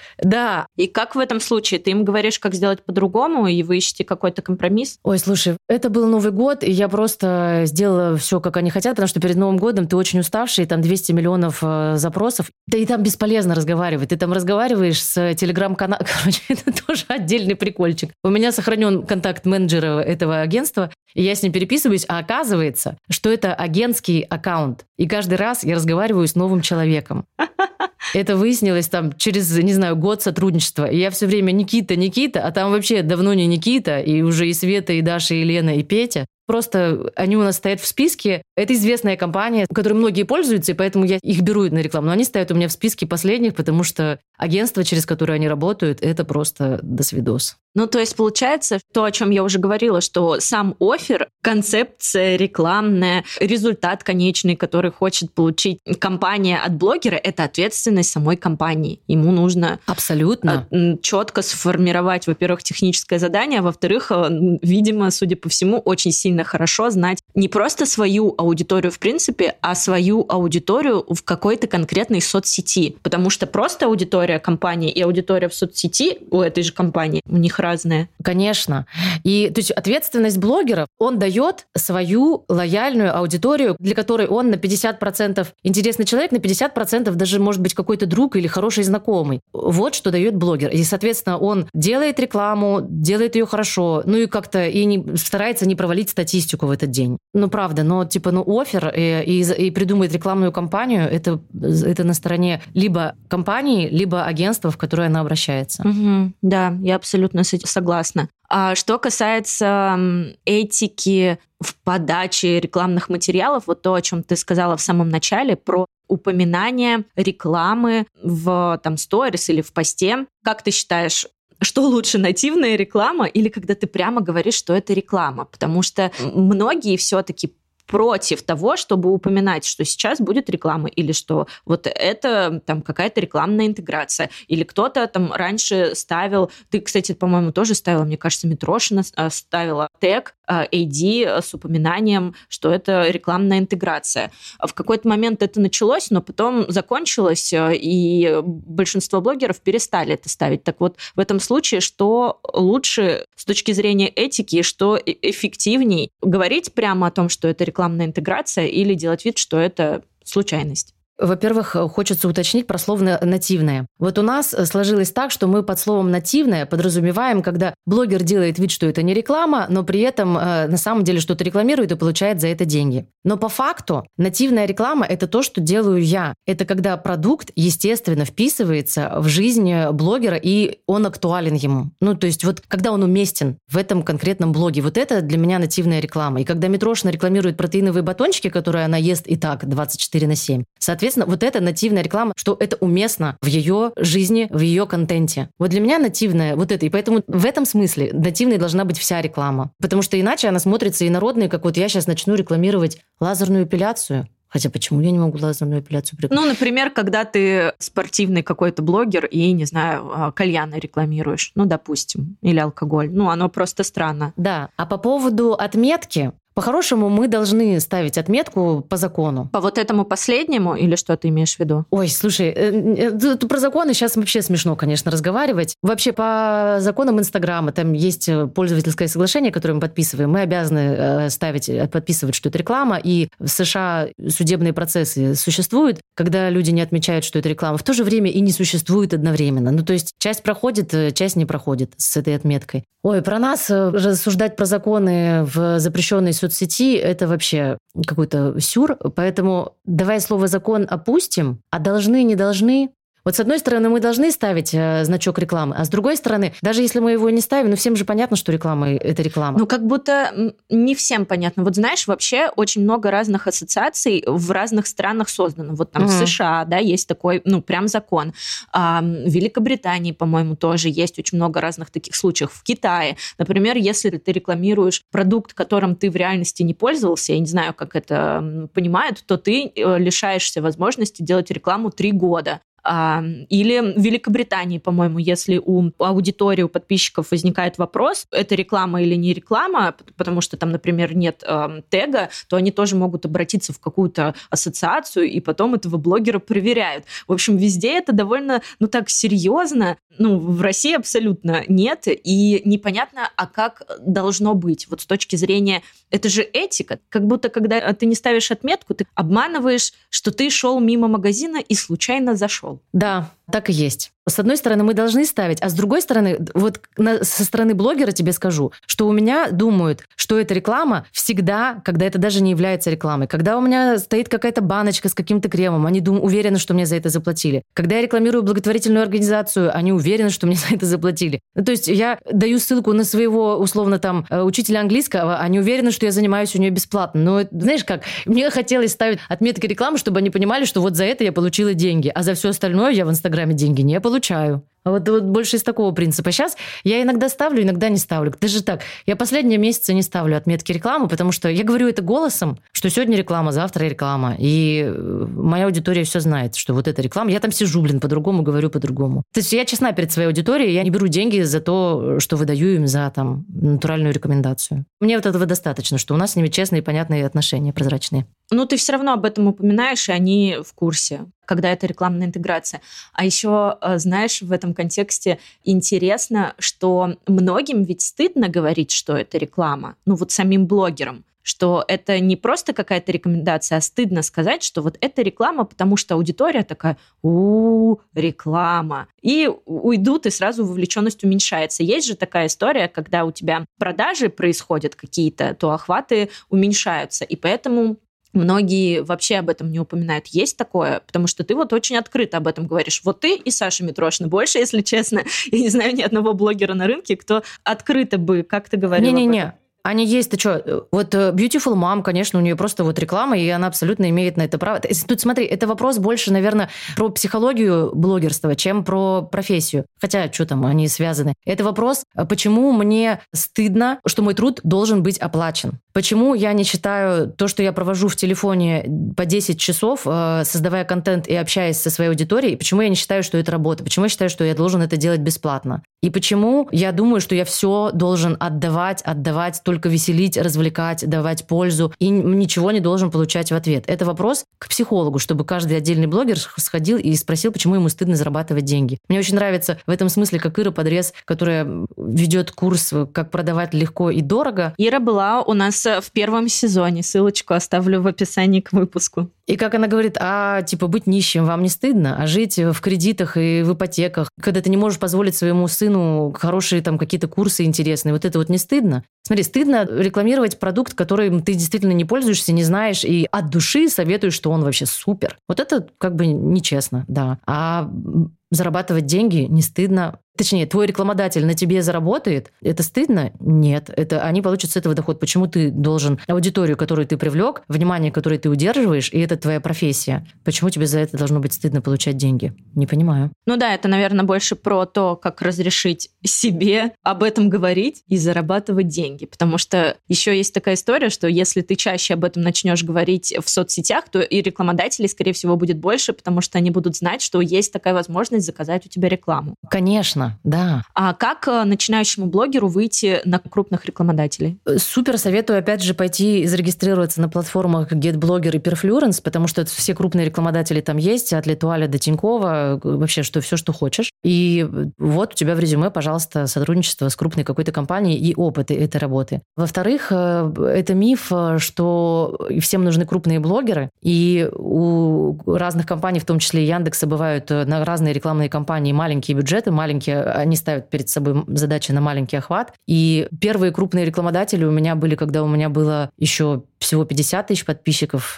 Да. И как в этом случае? Ты им говоришь, как сделать по-другому, и вы ищете какой-то компромисс? Ой, слушай, это был Новый год, и я просто сделала все, как они хотят, потому что перед Новым годом ты очень уставший, там двести миллионов э, запросов. Да и там бесполезно разговаривать. Ты там разговариваешь с телеграм-каналом. Короче, это тоже отдельный прикольчик. У меня сохранен контакт менеджера этого агентства, и я с ним переписываюсь, а оказывается, что это агентский аккаунт. И каждый раз я разговариваю с новым человеком. Это выяснилось там через, не знаю, год сотрудничества. И я все время Никита, Никита, а там вообще давно не Никита, и уже и Света, и Даша, и Лена, и Петя. Просто они у нас стоят в списке. Это известная компания, которой многие пользуются, и поэтому я их беру на рекламу. Но они стоят у меня в списке последних, потому что агентство, через которое они работают, это просто досвидос. Ну, то есть получается то, о чем я уже говорила, что сам оффер, концепция рекламная, результат конечный, который хочет получить компания от блогера, это ответственность самой компании. Ему нужно абсолютно четко сформировать, во-первых, техническое задание, а во-вторых, видимо, судя по всему, очень сильно хорошо знать не просто свою аудиторию в принципе, а свою аудиторию в какой-то конкретной соцсети. Потому что просто аудитория компании и аудитория в соцсети у этой же компании, у них разные. Конечно. И то есть ответственность блогера, он дает свою лояльную аудиторию, для которой он на пятьдесят процентов интересный человек, на пятьдесят процентов даже может быть какой-то друг или хороший знакомый. Вот что дает блогер. И, соответственно, он делает рекламу, делает ее хорошо, ну и как-то и не, старается не провалить статистику в этот день. Ну, правда, но типа, ну, оффер и, и, и придумает рекламную кампанию, это, это на стороне либо компании, либо агентства, в которое она обращается. Угу, да, я абсолютно с этим согласна. А что касается этики в подаче рекламных материалов, вот то, о чем ты сказала в самом начале, про упоминание рекламы в там сторис или в посте, как ты считаешь, что лучше, нативная реклама или когда ты прямо говоришь, что это реклама? Потому что многие все-таки против того, чтобы упоминать, что сейчас будет реклама, или что вот это там какая-то рекламная интеграция, или кто-то там раньше ставил, ты, кстати, по-моему, тоже ставила, мне кажется, Митрошина ставила тег эй ди с упоминанием, что это рекламная интеграция. В какой-то момент это началось, но потом закончилось, и большинство блогеров перестали это ставить. Так вот, в этом случае, что лучше с точки зрения этики, что эффективней, говорить прямо о том, что это рекламная интеграция, или делать вид, что это случайность? Во-первых, хочется уточнить про слово «нативное». Вот у нас сложилось так, что мы под словом «нативное» подразумеваем, когда блогер делает вид, что это не реклама, но при этом э, на самом деле что-то рекламирует и получает за это деньги. Но по факту нативная реклама – это то, что делаю я. Это когда продукт, естественно, вписывается в жизнь блогера, и он актуален ему. Ну, то есть вот когда он уместен в этом конкретном блоге. Вот это для меня нативная реклама. И когда Митрошина рекламирует протеиновые батончики, которые она ест и так двадцать четыре на семь, соответственно, Соответственно, вот это нативная реклама, что это уместно в ее жизни, в ее контенте. Вот для меня нативная вот это. И поэтому в этом смысле нативной должна быть вся реклама. Потому что иначе она смотрится инородной, как вот я сейчас начну рекламировать лазерную эпиляцию. Хотя почему я не могу лазерную эпиляцию прекратить? Ну, например, когда ты спортивный какой-то блогер и, не знаю, кальяны рекламируешь, ну, допустим, или алкоголь. Ну, оно просто странно. Да. А по поводу отметки, по-хорошему, мы должны ставить отметку по закону. По вот этому последнему или что ты имеешь в виду? Ой, слушай, э, э, про законы сейчас вообще смешно, конечно, разговаривать. Вообще по законам Инстаграма там есть пользовательское соглашение, которое мы подписываем. Мы обязаны э, ставить, подписывать, что это реклама. И в США судебные процессы существуют, когда люди не отмечают, что это реклама. В то же время и не существует одновременно. Ну, то есть часть проходит, часть не проходит с этой отметкой. Ой, про нас рассуждать про законы в запрещенной соцсети – это вообще какой-то сюр. Поэтому давай слово «закон» опустим, а должны, не должны. Вот с одной стороны, мы должны ставить э, значок рекламы, а с другой стороны, даже если мы его не ставим, ну всем же понятно, что реклама – это реклама. Ну как будто не всем понятно. Вот знаешь, вообще очень много разных ассоциаций в разных странах создано. Вот там mm-hmm. в США, да, есть такой, ну прям закон. А, в Великобритании, по-моему, тоже есть очень много разных таких случаев. В Китае, например, если ты рекламируешь продукт, которым ты в реальности не пользовался, я не знаю, как это понимают, то ты лишаешься возможности делать рекламу три года. Или в Великобритании, по-моему, если у аудитории, у подписчиков возникает вопрос, это реклама или не реклама, потому что там, например, нет э, тега, то они тоже могут обратиться в какую-то ассоциацию, и потом этого блогера проверяют. В общем, везде это довольно, ну так, серьезно. Ну, в России абсолютно нет, и непонятно, а как должно быть. Вот с точки зрения, это же этика. Как будто, когда ты не ставишь отметку, ты обманываешь, что ты шел мимо магазина и случайно зашел. Да, так и есть. С одной стороны, мы должны ставить, а с другой стороны, вот на, со стороны блогера тебе скажу, что у меня думают, что это реклама всегда, когда это даже не является рекламой. Когда у меня стоит какая-то баночка с каким-то кремом, они думают, уверены, что мне за это заплатили. Когда я рекламирую благотворительную организацию, они уверены, что мне за это заплатили. Ну, то есть я даю ссылку на своего, условно, там, учителя английского, они уверены, что я занимаюсь у нее бесплатно. Но, знаешь как, мне хотелось ставить отметки рекламы, чтобы они понимали, что вот за это я получила деньги, а за все остальное я в Инстаграме Инстаграме деньги не получаю. А вот, вот больше из такого принципа. Сейчас я иногда ставлю, иногда не ставлю. Даже так, я последние месяцы не ставлю отметки рекламы, потому что я говорю это голосом, что сегодня реклама, завтра реклама. И моя аудитория все знает, что вот это реклама. Я там сижу, блин, по-другому говорю по-другому. То есть я честна перед своей аудиторией, я не беру деньги за то, что выдаю им за там натуральную рекомендацию. Мне вот этого достаточно, что у нас с ними честные и понятные отношения, прозрачные. Ну, ты все равно об этом упоминаешь, и они в курсе, когда это рекламная интеграция. А еще, знаешь, в этом контексте интересно, что многим ведь стыдно говорить, что это реклама. Ну, вот самим блогерам. Что это не просто какая-то рекомендация, а стыдно сказать, что вот это реклама, потому что аудитория такая: у-у-у, реклама. И уйдут, и сразу вовлеченность уменьшается. Есть же такая история, когда у тебя продажи происходят какие-то, то охваты уменьшаются. И поэтому многие вообще об этом не упоминают. Есть такое? Потому что ты вот очень открыто об этом говоришь. Вот ты и Саша Митрошина. Больше, если честно, я не знаю ни одного блогера на рынке, кто открыто бы как-то говорил об этом. Не-не-не. Они есть, ты что? Вот Beautiful Mom, конечно, у нее просто вот реклама, и она абсолютно имеет на это право. Тут смотри, это вопрос больше, наверное, про психологию блогерства, чем про профессию. Хотя, что там, они связаны. Это вопрос, почему мне стыдно, что мой труд должен быть оплачен. Почему я не считаю то, что я провожу в телефоне по десять часов, создавая контент и общаясь со своей аудиторией, почему я не считаю, что это работа? Почему я считаю, что я должен это делать бесплатно? И почему я думаю, что я все должен отдавать, отдавать, только веселить, развлекать, давать пользу, и ничего не должен получать в ответ? Это вопрос к психологу, чтобы каждый отдельный блогер сходил и спросил, почему ему стыдно зарабатывать деньги. Мне очень нравится в этом смысле, как Ира Подрез, которая ведет курс «Как продавать легко и дорого». Ира была у нас в первом сезоне. Ссылочку оставлю в описании к выпуску. И как она говорит, а типа быть нищим вам не стыдно? А жить в кредитах и в ипотеках, когда ты не можешь позволить своему сыну хорошие там какие-то курсы интересные, вот это вот не стыдно? Смотри, стыдно рекламировать продукт, которым ты действительно не пользуешься, не знаешь, и от души советуешь, что он вообще супер. Вот это как бы нечестно, да. А зарабатывать деньги не стыдно. Точнее, твой рекламодатель на тебе заработает. Это стыдно? Нет. Это они получат с этого доход. Почему ты должен аудиторию, которую ты привлек, внимание, которое ты удерживаешь, и это твоя профессия? Почему тебе за это должно быть стыдно получать деньги? Не понимаю. Ну да, это, наверное, больше про то, как разрешить себе об этом говорить и зарабатывать деньги. Потому что еще есть такая история, что если ты чаще об этом начнешь говорить в соцсетях, то и рекламодателей, скорее всего, будет больше, потому что они будут знать, что есть такая возможность заказать у тебя рекламу. Конечно, да. А как начинающему блогеру выйти на крупных рекламодателей? Супер советую, опять же, пойти и зарегистрироваться на платформах GetBlogger и Perfluence, потому что все крупные рекламодатели там есть, от Летуаля до Тинькова, вообще что все, что хочешь. И вот у тебя в резюме, пожалуйста, сотрудничество с крупной какой-то компанией и опыт этой работы. Во-вторых, это миф, что всем нужны крупные блогеры, и у разных компаний, в том числе и Яндекса, бывают на разные рекламные кампании маленькие бюджеты, маленькие, они ставят перед собой задачи на маленький охват. И первые крупные рекламодатели у меня были, когда у меня было еще всего пятьдесят тысяч подписчиков,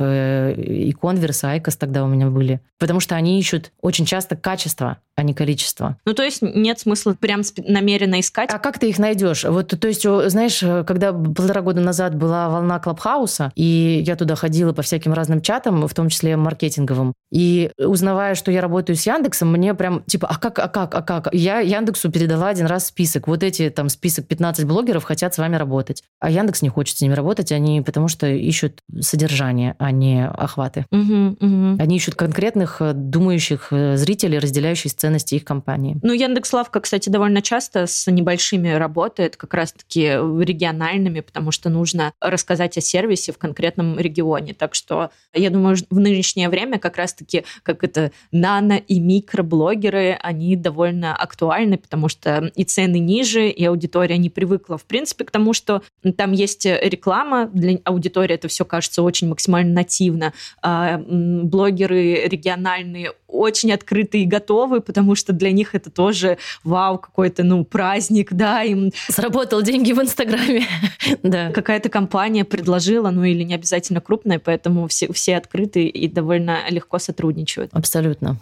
и Converse, и Айкос тогда у меня были. Потому что они ищут очень часто качество, а не количество. Ну, то есть нет смысла прям намеренно искать? А как ты их найдешь? Вот, то есть, знаешь, когда полтора года назад была волна Клабхауса, и я туда ходила по всяким разным чатам, в том числе маркетинговым, и узнавая, что я работаю с Яндексом, мне прям типа, а как, а как, а как? Я Яндексу передала один раз список. Вот эти там список пятнадцать блогеров хотят с вами работать. А Яндекс не хочет с ними работать, они потому что ищут содержание, а не охваты. Угу, угу. Они ищут конкретных думающих зрителей, разделяющих ценности их компании. Ну, Яндекс.Лавка, кстати, довольно часто с небольшими работает, как раз-таки региональными, потому что нужно рассказать о сервисе в конкретном регионе. Так что, я думаю, в нынешнее время как раз-таки как это нано- и микроблогеры, они довольно актуальны, потому что и цены ниже, и аудитория не привыкла, в принципе, к тому, что там есть реклама, для аудитории это все кажется очень максимально нативно. А блогеры региональные очень открыты и готовы, потому что для них это тоже вау, какой-то, ну, праздник, да, им... Заработал деньги в Инстаграме, да. Какая-то компания предложила, ну, или не обязательно крупная, поэтому все, все открыты и довольно легко сотрудничают. Абсолютно.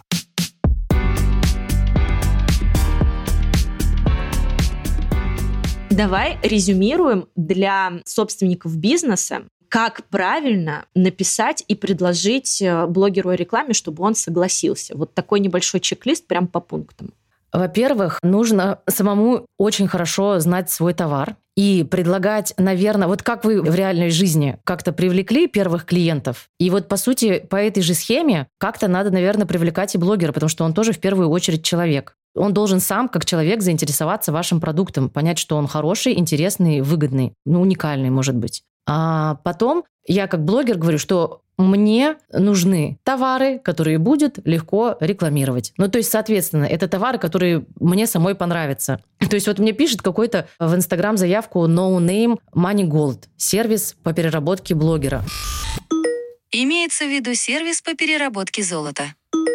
Давай резюмируем для собственников бизнеса, Как правильно написать и предложить блогеру о рекламе, чтобы он согласился? Вот такой небольшой чек-лист прям по пунктам. Во-первых, нужно самому очень хорошо знать свой товар и предлагать, наверное, вот как вы в реальной жизни как-то привлекли первых клиентов, и вот, по сути, по этой же схеме как-то надо, наверное, привлекать и блогера, потому что он тоже в первую очередь человек. Он должен сам, как человек, заинтересоваться вашим продуктом, понять, что он хороший, интересный, выгодный, ну, уникальный, может быть. А потом я как блогер говорю, что мне нужны товары, которые будет легко рекламировать. Ну, то есть, соответственно, это товары, которые мне самой понравятся. То есть вот мне пишет какой-то в Инстаграм заявку No Name Money Gold, сервис по переработке блогера. Имеется в виду сервис по переработке золота.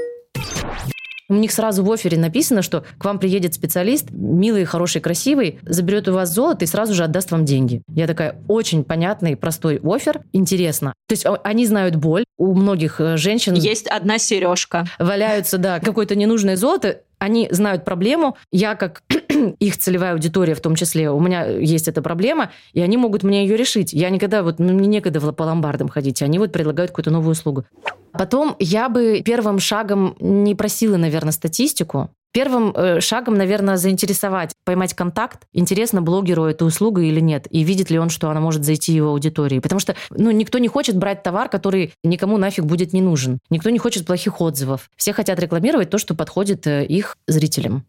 У них сразу в оффере написано, что к вам приедет специалист, милый, хороший, красивый, заберет у вас золото и сразу же отдаст вам деньги. Я такая, очень понятный, простой оффер, интересно. То есть они знают боль. У многих женщин... Есть одна сережка. Валяются, да, какое-то ненужное золото. Они знают проблему. Я, как их целевая аудитория в том числе, у меня есть эта проблема, и они могут мне ее решить. Я никогда, вот мне некогда по ломбардам ходить, они вот предлагают какую-то новую услугу. Потом я бы первым шагом не просила, наверное, статистику. Первым э, шагом, наверное, заинтересовать, поймать контакт, интересно блогеру эта услуга или нет, и видит ли он, что она может зайти его аудитории. Потому что ну, никто не хочет брать товар, который никому нафиг будет не нужен. Никто не хочет плохих отзывов. Все хотят рекламировать то, что подходит э, их зрителям.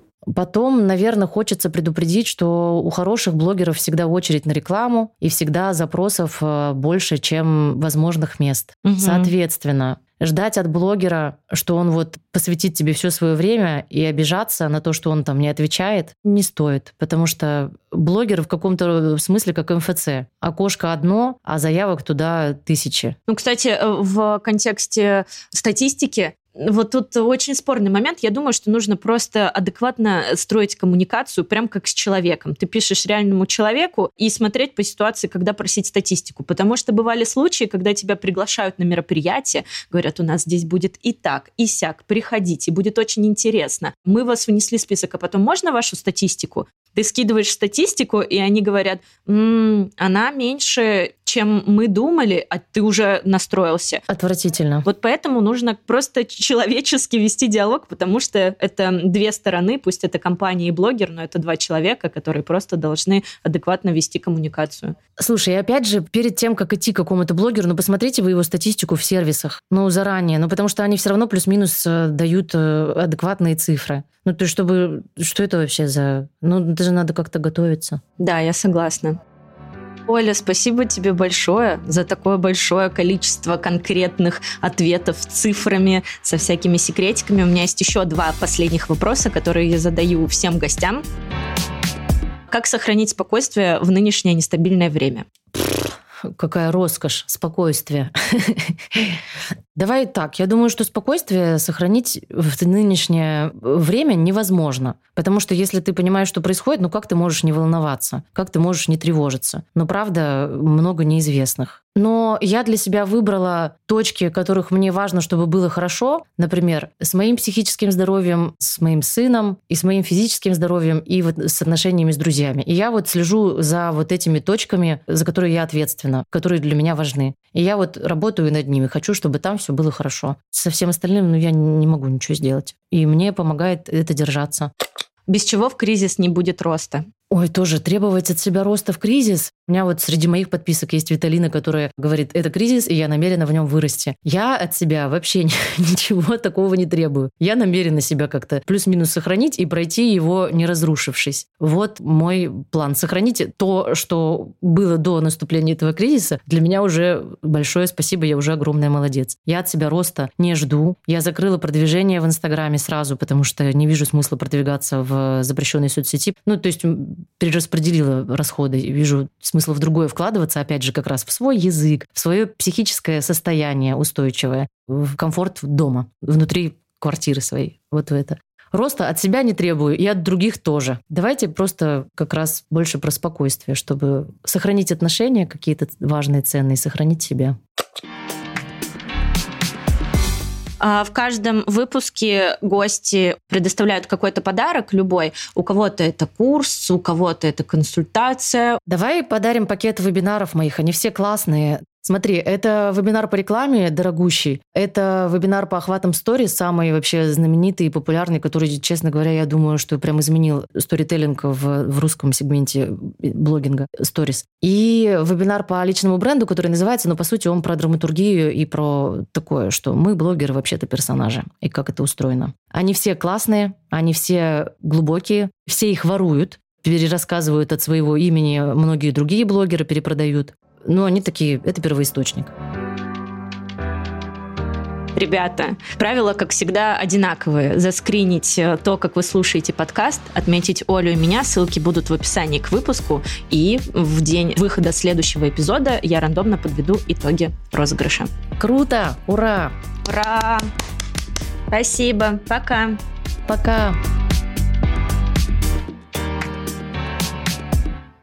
Потом, наверное, хочется предупредить, что у хороших блогеров всегда очередь на рекламу и всегда запросов больше, чем возможных мест. Угу. Соответственно, ждать от блогера, что он вот посвятит тебе все свое время, и обижаться на то, что он там не отвечает, не стоит. Потому что блогер в каком-то смысле как эм эф цэ. Окошко одно, а заявок туда тысячи. Ну, кстати, в контексте статистики, вот тут очень спорный момент. Я думаю, что нужно просто адекватно строить коммуникацию, прям как с человеком. Ты пишешь реальному человеку и смотреть по ситуации, когда просить статистику. Потому что бывали случаи, когда тебя приглашают на мероприятие, говорят, у нас здесь будет и так, и сяк, приходите, будет очень интересно. Мы вас внесли в список, а потом можно вашу статистику? Ты скидываешь статистику, и они говорят, м-м, она меньше, чем мы думали, а ты уже настроился. Отвратительно. Вот поэтому нужно просто человечески вести диалог, потому что это две стороны, пусть это компания и блогер, но это два человека, которые просто должны адекватно вести коммуникацию. Слушай, и опять же, перед тем, как идти к какому-то блогеру, ну, посмотрите вы его статистику в сервисах, ну, заранее, ну, потому что они все равно плюс-минус дают адекватные цифры. Ну, то есть, чтобы... Что это вообще за... Ну, даже надо как-то готовиться. Да, я согласна. Оля, спасибо тебе большое за такое большое количество конкретных ответов цифрами, со всякими секретиками. У меня есть еще два последних вопроса, которые я задаю всем гостям. Как сохранить спокойствие в нынешнее нестабильное время? Какая роскошь, спокойствие. Давай так, я думаю, что спокойствие сохранить в нынешнее время невозможно. Потому что если ты понимаешь, что происходит, ну как ты можешь не волноваться? Как ты можешь не тревожиться? Но правда, много неизвестных. Но я для себя выбрала точки, которых мне важно, чтобы было хорошо. Например, с моим психическим здоровьем, с моим сыном, и с моим физическим здоровьем, и вот с отношениями с друзьями. И я вот слежу за вот этими точками, за которые я ответственна, которые для меня важны. И я вот работаю над ними, хочу, чтобы там все было хорошо. Со всем остальным, ну, я не могу ничего сделать. И мне помогает это держаться. Без чего в кризис не будет роста? Ой, тоже требовать от себя роста в кризис. У меня вот среди моих подписок есть Виталина, которая говорит, это кризис, и я намерена в нем вырасти. Я от себя вообще ничего такого не требую. Я намерена себя как-то плюс-минус сохранить и пройти его, не разрушившись. Вот мой план. Сохранить то, что было до наступления этого кризиса. Для меня уже большое спасибо, я уже огромная молодец. Я от себя роста не жду. Я закрыла продвижение в Инстаграме сразу, потому что не вижу смысла продвигаться в запрещенной соцсети. Ну, то есть перераспределила расходы. Вижу смысл в другое вкладываться, опять же, как раз в свой язык, в свое психическое состояние устойчивое, в комфорт дома, внутри квартиры своей. Вот в это. Роста от себя не требую, и от других тоже. Давайте просто как раз больше про спокойствие, чтобы сохранить отношения какие-то важные, ценные, сохранить себя. В каждом выпуске гости предоставляют какой-то подарок любой. У кого-то это курс, у кого-то это консультация. Давай подарим пакет вебинаров моих, они все классные. Смотри, это вебинар по рекламе дорогущий, это вебинар по охватам сторис, самый вообще знаменитый и популярный, который, честно говоря, я думаю, что прям изменил сторителлинг в, в русском сегменте блогинга сторис. И вебинар по личному бренду, который называется, но по сути он про драматургию и про такое, что мы, блогеры, вообще-то персонажи, и как это устроено. Они все классные, они все глубокие, все их воруют, перерассказывают от своего имени, многие другие блогеры перепродают. Но они такие, это первоисточник. Ребята, правила, как всегда, одинаковые. Заскринить то, как вы слушаете подкаст, отметить Олю и меня, ссылки будут в описании к выпуску, и в день выхода следующего эпизода я рандомно подведу итоги розыгрыша. Круто! Ура! Ура! Спасибо. Пока. Пока.